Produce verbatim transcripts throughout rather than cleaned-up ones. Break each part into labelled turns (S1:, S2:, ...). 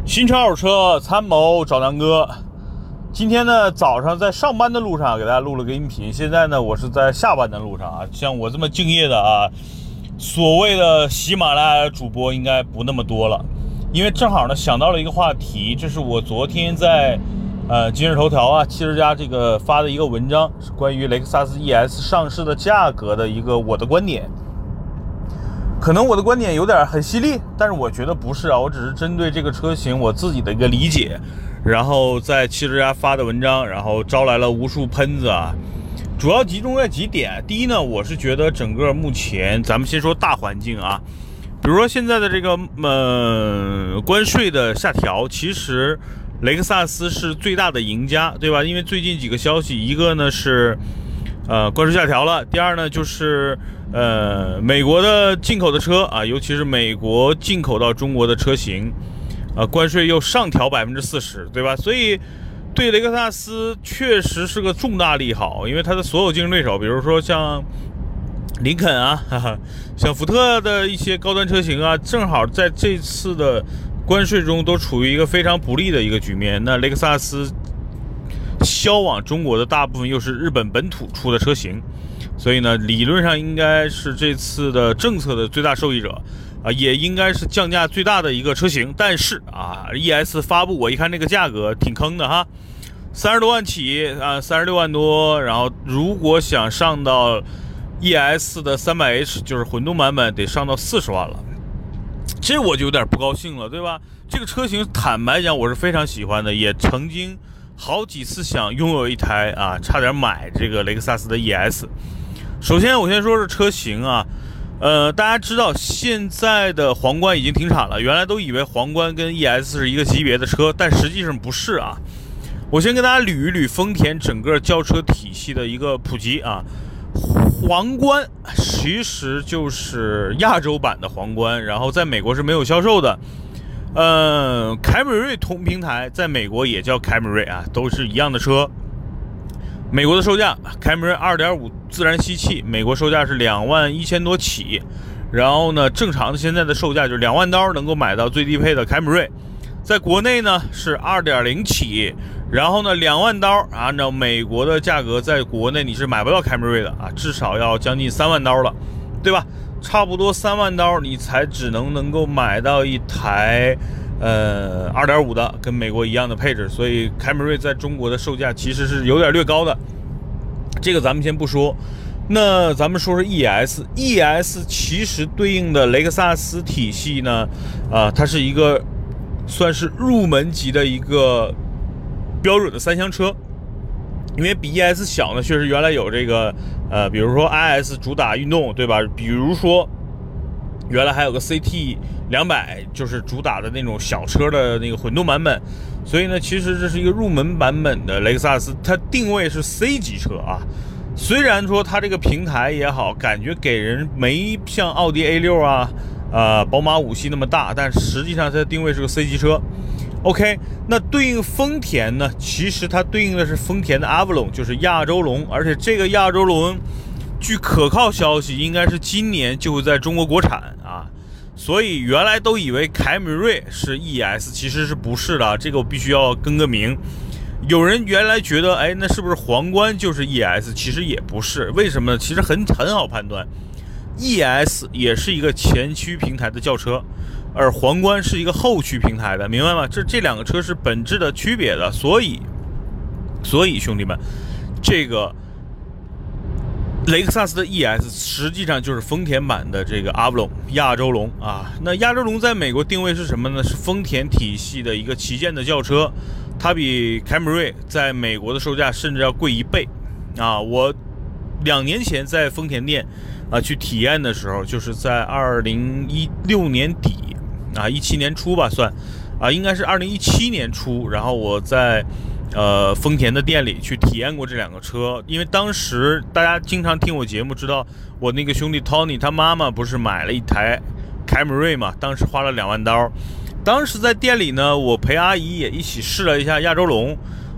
S1: 新车二手车参谋找南哥。今天呢早上在上班的路上给大家录了个音频，现在呢我是在下班的路上啊。像我这么敬业的啊，所谓的喜马拉雅主播应该不那么多了。因为正好呢想到了一个话题，这是我昨天在呃今日头条啊汽车家这个发的一个文章，是关于雷克萨斯 E S 上市的价格的一个我的观点。可能我的观点有点很犀利，但是我觉得不是啊，我只是针对这个车型我自己的一个理解，然后在汽车家发的文章，然后招来了无数喷子啊。主要集中在几点。第一呢，我是觉得整个目前咱们先说大环境啊，比如说现在的这个呃关税的下调，其实雷克萨斯是最大的赢家，对吧？因为最近几个消息，一个呢是呃关税下调了，第二呢就是呃美国的进口的车啊，尤其是美国进口到中国的车型啊，关税又上调百分之四十，对吧？所以对雷克萨斯确实是个重大利好，因为它的所有竞争对手，比如说像林肯啊，哈哈，像福特的一些高端车型啊，正好在这次的关税中都处于一个非常不利的一个局面。那雷克萨斯销往中国的大部分又是日本本土出的车型，所以呢，理论上应该是这次的政策的最大受益者啊，也应该是降价最大的一个车型。但是啊 ，E S 发布，我一看这个价格挺坑的哈，三十多万起啊，三十六万多，然后如果想上到 E S 的 三百 H 就是混动版本，得上到四十万了，这我就有点不高兴了，对吧？这个车型坦白讲我是非常喜欢的，也曾经好几次想拥有一台啊，差点买这个雷克萨斯的 E S。首先我先说是车型啊，呃，大家知道现在的皇冠已经停产了，原来都以为皇冠跟 E S 是一个级别的车，但实际上不是啊。我先跟大家捋一捋丰田整个轿车体系的一个普及啊。皇冠其实就是亚洲版的皇冠，然后在美国是没有销售的。呃，凯美瑞同平台在美国也叫凯美瑞啊，都是一样的车。美国的售价，凯美瑞 二点五 自然吸气，美国售价是两万一千多起，然后呢，正常的现在的售价就是两万刀能够买到最低配的凯美瑞，在国内呢是 二点零 起，然后呢两万刀，按照美国的价格，在国内你是买不到凯美瑞的啊，至少要将近三万刀了，对吧？差不多三万刀你才只能能够买到一台呃 二点五 的跟美国一样的配置，所以凯美瑞在中国的售价其实是有点略高的，这个咱们先不说。那咱们说说 E S E S 其实对应的雷克萨斯体系呢啊、呃，它是一个算是入门级的一个标准的三厢车，因为比 E S 小呢，确实原来有这个呃，比如说 I S 主打运动，对吧？比如说原来还有个 C T 两百，就是主打的那种小车的那个混动版本，所以呢，其实这是一个入门版本的雷克萨斯，它定位是 C 级车啊。虽然说它这个平台也好，感觉给人没像奥迪 A 六 啊、呃宝马五系那么大，但实际上它的定位是个 C 级车。OK， 那对应丰田呢？其实它对应的是丰田的 Avalon， 就是亚洲龙，而且这个亚洲龙，据可靠消息，应该是今年就会在中国国产啊。所以原来都以为凯美瑞是 E S， 其实是不是的，这个我必须要更个名。有人原来觉得，哎，那是不是皇冠就是 E S？ 其实也不是，为什么呢？其实很很好判断 ，E S 也是一个前驱平台的轿车。而皇冠是一个后驱平台的，明白吗？这这两个车是本质的区别的，所以，所以兄弟们，这个雷克萨斯的 E S 实际上就是丰田版的这个 Avalon 亚洲龙啊。那亚洲龙在美国定位是什么呢？是丰田体系的一个旗舰的轿车，它比凯美瑞在美国的售价甚至要贵一倍啊！我两年前在丰田店啊去体验的时候，就是在二零一六年底。啊，一七年初吧，算，啊，应该是二零一七年初。然后我在呃丰田的店里去体验过这两个车，因为当时大家经常听我节目，知道我那个兄弟 Tony 他妈妈不是买了一台凯美瑞嘛，当时花了两万刀。当时在店里呢，我陪阿姨也一起试了一下亚洲龙，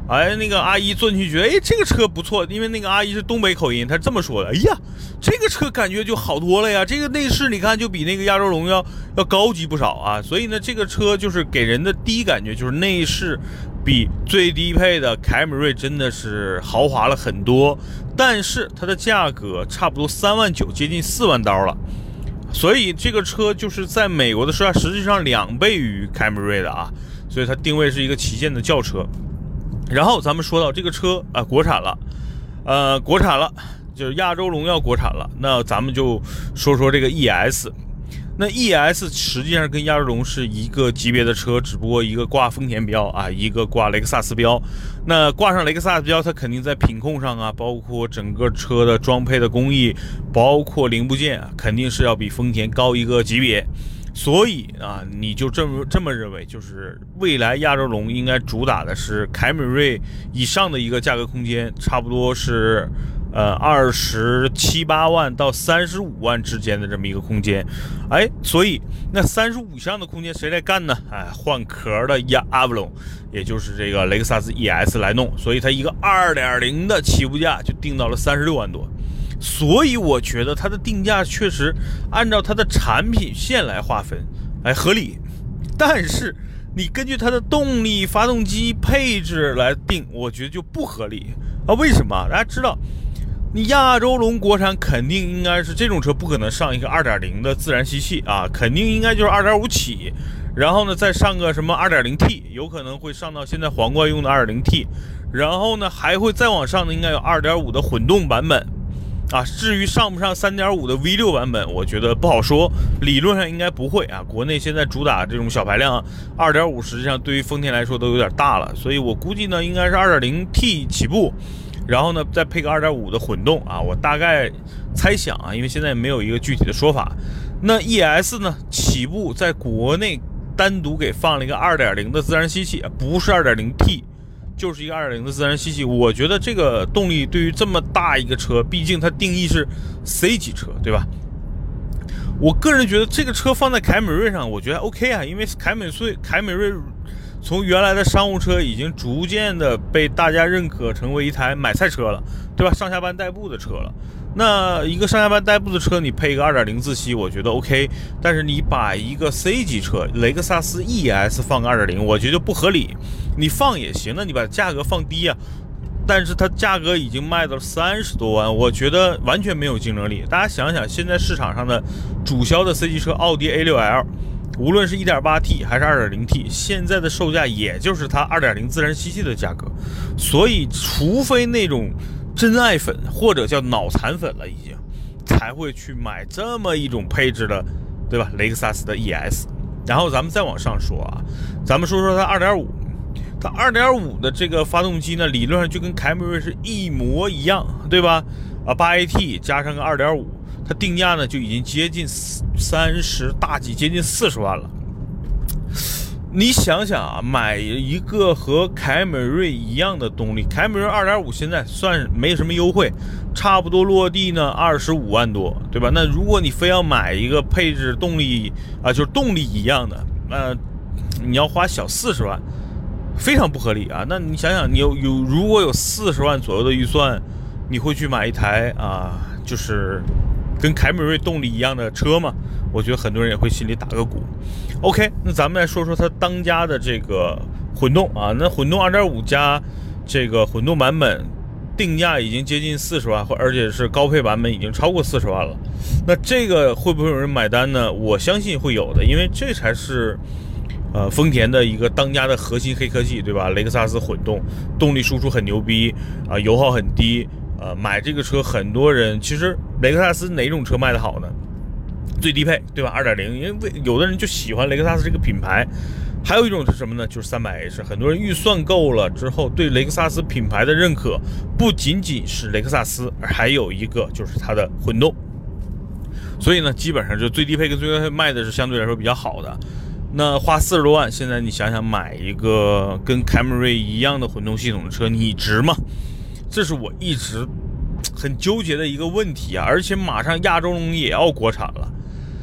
S1: 哎，那个阿姨坐进去觉得，哎，这个车不错，因为那个阿姨是东北口音，她这么说的。哎呀，这个车感觉就好多了呀，这个内饰你看就比那个亚洲龙要要高级不少啊。所以呢，这个车就是给人的第一感觉就是内饰比最低配的凯美瑞真的是豪华了很多，但是它的价格差不多三万九，接近四万刀了。所以这个车就是在美国的售价实际上两倍于凯美瑞的啊，所以它定位是一个旗舰的轿车。然后咱们说到这个车啊，国产了，呃，国产了，就是亚洲龙要国产了。那咱们就说说这个 E S。那 E S 实际上跟亚洲龙是一个级别的车，只不过一个挂丰田标啊，一个挂雷克萨斯标。那挂上雷克萨斯标，它肯定在品控上啊，包括整个车的装配的工艺，包括零部件啊，肯定是要比丰田高一个级别。所以啊，你就这么这么认为，就是未来亚洲龙应该主打的是凯美瑞以上的一个价格空间，差不多是呃二十七八万到三十五万之间的这么一个空间。哎，所以那三十五以上的空间谁来干呢？哎，换壳的亚阿布隆，也就是这个雷克萨斯 E S 来弄，所以它一个 二点零 的起步价就定到了三十六万多。所以我觉得它的定价确实按照它的产品线来划分，哎，合理。但是你根据它的动力、发动机配置来定，我觉得就不合理啊。为什么？大家知道，你亚洲龙国产肯定应该是这种车不可能上一个 二点零 的自然吸气啊，肯定应该就是 二点五 起，然后呢再上个什么 二点零 T， 有可能会上到现在皇冠用的 二点零 T， 然后呢还会再往上的应该有 二点五 的混动版本。啊，至于上不上 三点五 的 V 六 版本，我觉得不好说，理论上应该不会啊。国内现在主打这种小排量 二点五 实际上对于丰田来说都有点大了，所以我估计呢应该是 二点零 T 起步，然后呢再配个 二点五 的混动啊，我大概猜想啊，因为现在没有一个具体的说法。那 E S 呢起步在国内单独给放了一个 二点零 的自然吸气，不是 二点零 T，就是一个 二点零 的自然吸气。我觉得这个动力对于这么大一个车，毕竟它定义是 C 级车，对吧？我个人觉得这个车放在凯美瑞上，我觉得 OK 啊，因为凯美瑞凯美瑞从原来的商务车已经逐渐的被大家认可成为一台买菜车了，对吧？上下班代步的车了。那一个上下班代步的车，你配一个 二点零 自吸，我觉得 OK。但是你把一个 C 级车雷克萨斯 E S 放个 二点零，我觉得不合理。你放也行，那你把价格放低啊，但是它价格已经卖到三十多万，我觉得完全没有竞争力。大家想想，现在市场上的主销的 C 级车奥迪 A 六 L， 无论是 一点八 T 还是 二点零 T， 现在的售价也就是它 二点零 自然吸气的价格。所以除非那种真爱粉或者叫脑残粉了已经，才会去买这么一种配置的，对吧？雷克萨斯的 E S。 然后咱们再往上说啊，咱们说说它 二点五， 它 二点五 的这个发动机呢，理论上就跟凯美瑞是一模一样，对吧？啊 八 A T 加上个 二点五， 它定价呢就已经接近三十大几，接近四十万了。你想想啊，买一个和凯美瑞一样的动力，凯美瑞 二点五 现在算没什么优惠，差不多落地呢二十五万多，对吧？那如果你非要买一个配置动力啊，就是动力一样的，呃，你要花小四十万，非常不合理啊。那你想想，你有有如果有四十万左右的预算，你会去买一台啊，就是跟凯美瑞动力一样的车吗？我觉得很多人也会心里打个鼓。OK， 那咱们来说说它当家的这个混动啊，那混动 二点五 加这个混动版本定价已经接近四十万，而且是高配版本已经超过四十万了。那这个会不会有人买单呢？我相信会有的，因为这才是呃丰田的一个当家的核心黑科技，对吧？雷克萨斯混动动力输出很牛逼啊、呃，油耗很低。呃，买这个车很多人其实雷克萨斯哪种车卖的好呢？最低配，对吧？ 二点零， 因为有的人就喜欢雷克萨斯这个品牌。还有一种是什么呢？就是 三百 H， 很多人预算够了之后对雷克萨斯品牌的认可不仅仅是雷克萨斯，还有一个就是它的混动。所以呢基本上就最低配跟最高配卖的是相对来说比较好的。那花四十多万，现在你想想买一个跟凯美瑞一样的混动系统的车，你值吗？这是我一直很纠结的一个问题啊！而且马上亚洲龙也要国产了，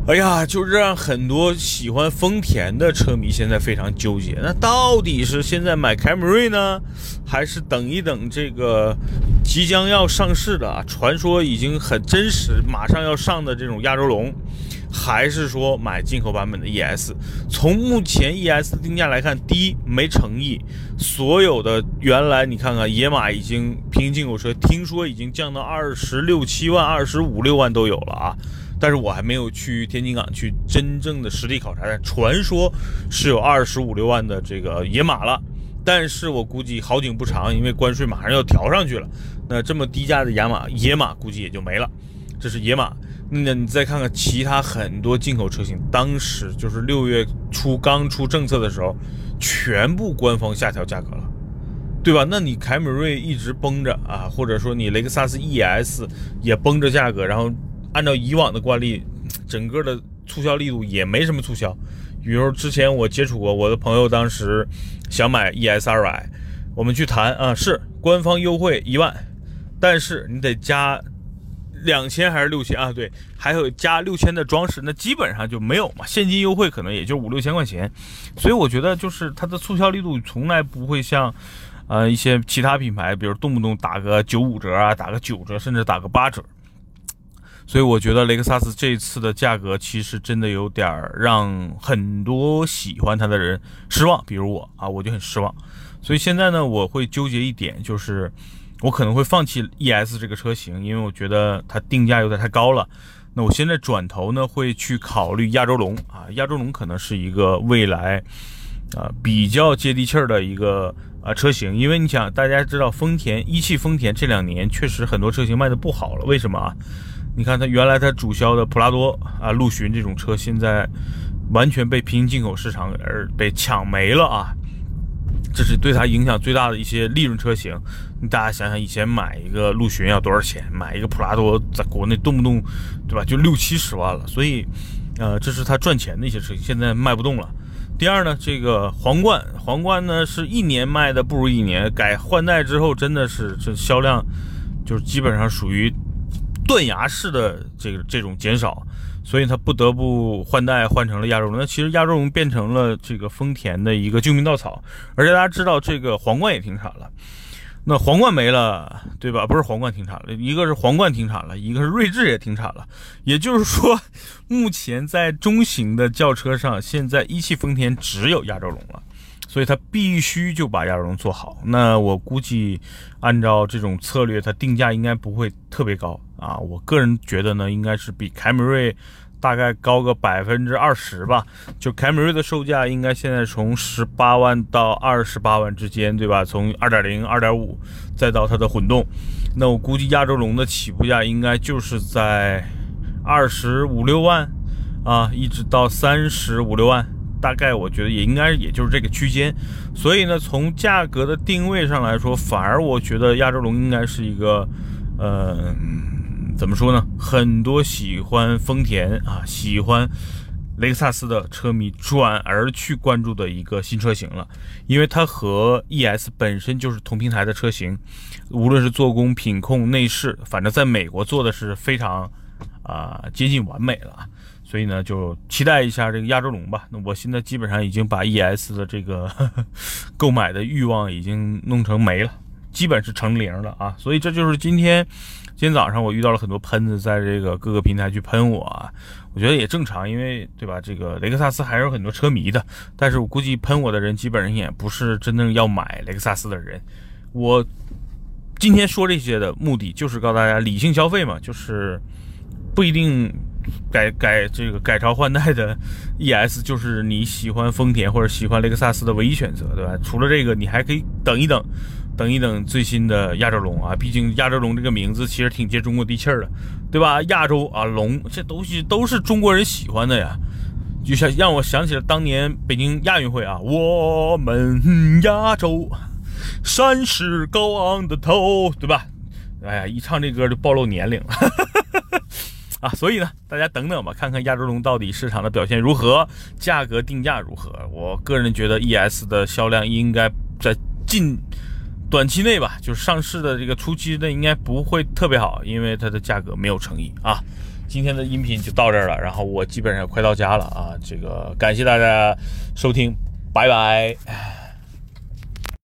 S1: 哎呀，就让很多喜欢丰田的车迷现在非常纠结。那到底是现在买凯美瑞呢，还是等一等这个即将要上市的啊，传说已经很真实，马上要上的这种亚洲龙，还是说买进口版本的 E S？ 从目前 E S 的定价来看，第一没诚意，所有的原来你看看野马已经平行进口车，听说已经降到二十六七万、二十五六万都有了啊。但是我还没有去天津港去真正的实地考察，但传说是有二十五六万的这个野马了，但是我估计好景不长，因为关税马上要调上去了，那这么低价的野马野马估计也就没了。这是野马。那你再看看其他很多进口车型，当时就是六月初刚出政策的时候，全部官方下调价格了，对吧？那你凯美瑞一直绷着啊，或者说你雷克萨斯 E S 也绷着价格，然后按照以往的惯例，整个的促销力度也没什么促销。比如之前我接触过我的朋友，当时想买 E S 二百，我们去谈啊，是官方优惠一万，但是你得加两千还是六千啊？对，还有加六千的装饰，那基本上就没有嘛。现金优惠可能也就五六千块钱，所以我觉得就是它的促销力度从来不会像呃一些其他品牌，比如动不动打个九五折啊，打个九折，甚至打个八折。所以我觉得雷克萨斯这一次的价格其实真的有点让很多喜欢它的人失望，比如我啊，我就很失望。所以现在呢，我会纠结一点，就是我可能会放弃 E S 这个车型，因为我觉得它定价有点太高了。那我现在转头呢，会去考虑亚洲龙啊，亚洲龙可能是一个未来啊比较接地气儿的一个啊车型，因为你想，大家知道丰田一汽丰田这两年确实很多车型卖的不好了，为什么啊？你看它原来它主销的普拉多啊、陆巡这种车，现在完全被平行进口市场而被抢没了啊！这是对它影响最大的一些利润车型。大家想想，以前买一个陆巡要多少钱？买一个普拉多在国内动不动，对吧？就六七十万了。所以，呃，这是它赚钱的一些车型，现在卖不动了。第二呢，这个皇冠，皇冠呢是一年卖的不如一年，改换代之后真的是这销量就是基本上属于断崖式的这个这种减少，所以它不得不换代换成了亚洲龙。那其实亚洲龙变成了这个丰田的一个救命稻草，而且大家知道这个皇冠也停产了。那皇冠没了，对吧？不是皇冠停产了，一个是皇冠停产了，一个是锐志也停产了。也就是说，目前在中型的轿车上，现在一汽丰田只有亚洲龙了。所以它必须就把亚洲龙做好。那我估计按照这种策略，它定价应该不会特别高啊。我个人觉得呢，应该是比凯美瑞大概高个百分之二十吧。就凯美瑞的售价应该现在从十八万到二十八万之间，对吧？从二点零、二点五再到它的混动，那我估计亚洲龙的起步价应该就是在二十五六万啊，一直到三十五六万。大概我觉得也应该也就是这个区间，所以呢，从价格的定位上来说，反而我觉得亚洲龙应该是一个，呃，怎么说呢？很多喜欢丰田啊、喜欢雷克萨斯的车迷转而去关注的一个新车型了，因为它和 E S 本身就是同平台的车型，无论是做工、品控、内饰，反正在美国做的是非常啊、呃、接近完美了。所以呢，就期待一下这个亚洲龙吧。那我现在基本上已经把 E S 的这个呵呵购买的欲望已经弄成没了，基本是成零了啊。所以这就是今天，今天早上我遇到了很多喷子，在这个各个平台去喷我啊。我觉得也正常，因为对吧？这个雷克萨斯还有很多车迷的，但是我估计喷我的人基本上也不是真正要买雷克萨斯的人。我今天说这些的目的就是告诉大家理性消费嘛，就是不一定。改改这个改朝换代的 E S 就是你喜欢丰田或者喜欢雷克萨斯的唯一选择，对吧？除了这个，你还可以等一等，等一等最新的亚洲龙啊。毕竟亚洲龙这个名字其实挺接中国地气儿的，对吧？亚洲啊，龙这东西都是中国人喜欢的呀。就像让我想起了当年北京亚运会啊，我们亚洲山势高昂的头，对吧？哎呀，一唱这歌就暴露年龄了。啊，所以呢，大家等等吧，看看亚洲龙到底市场的表现如何，价格定价如何。我个人觉得 E S 的销量应该在近短期内吧，就是上市的这个初期内应该不会特别好，因为它的价格没有诚意啊。 今天的音频就到这儿了，然后我基本上快到家了啊，这个感谢大家收听，拜拜。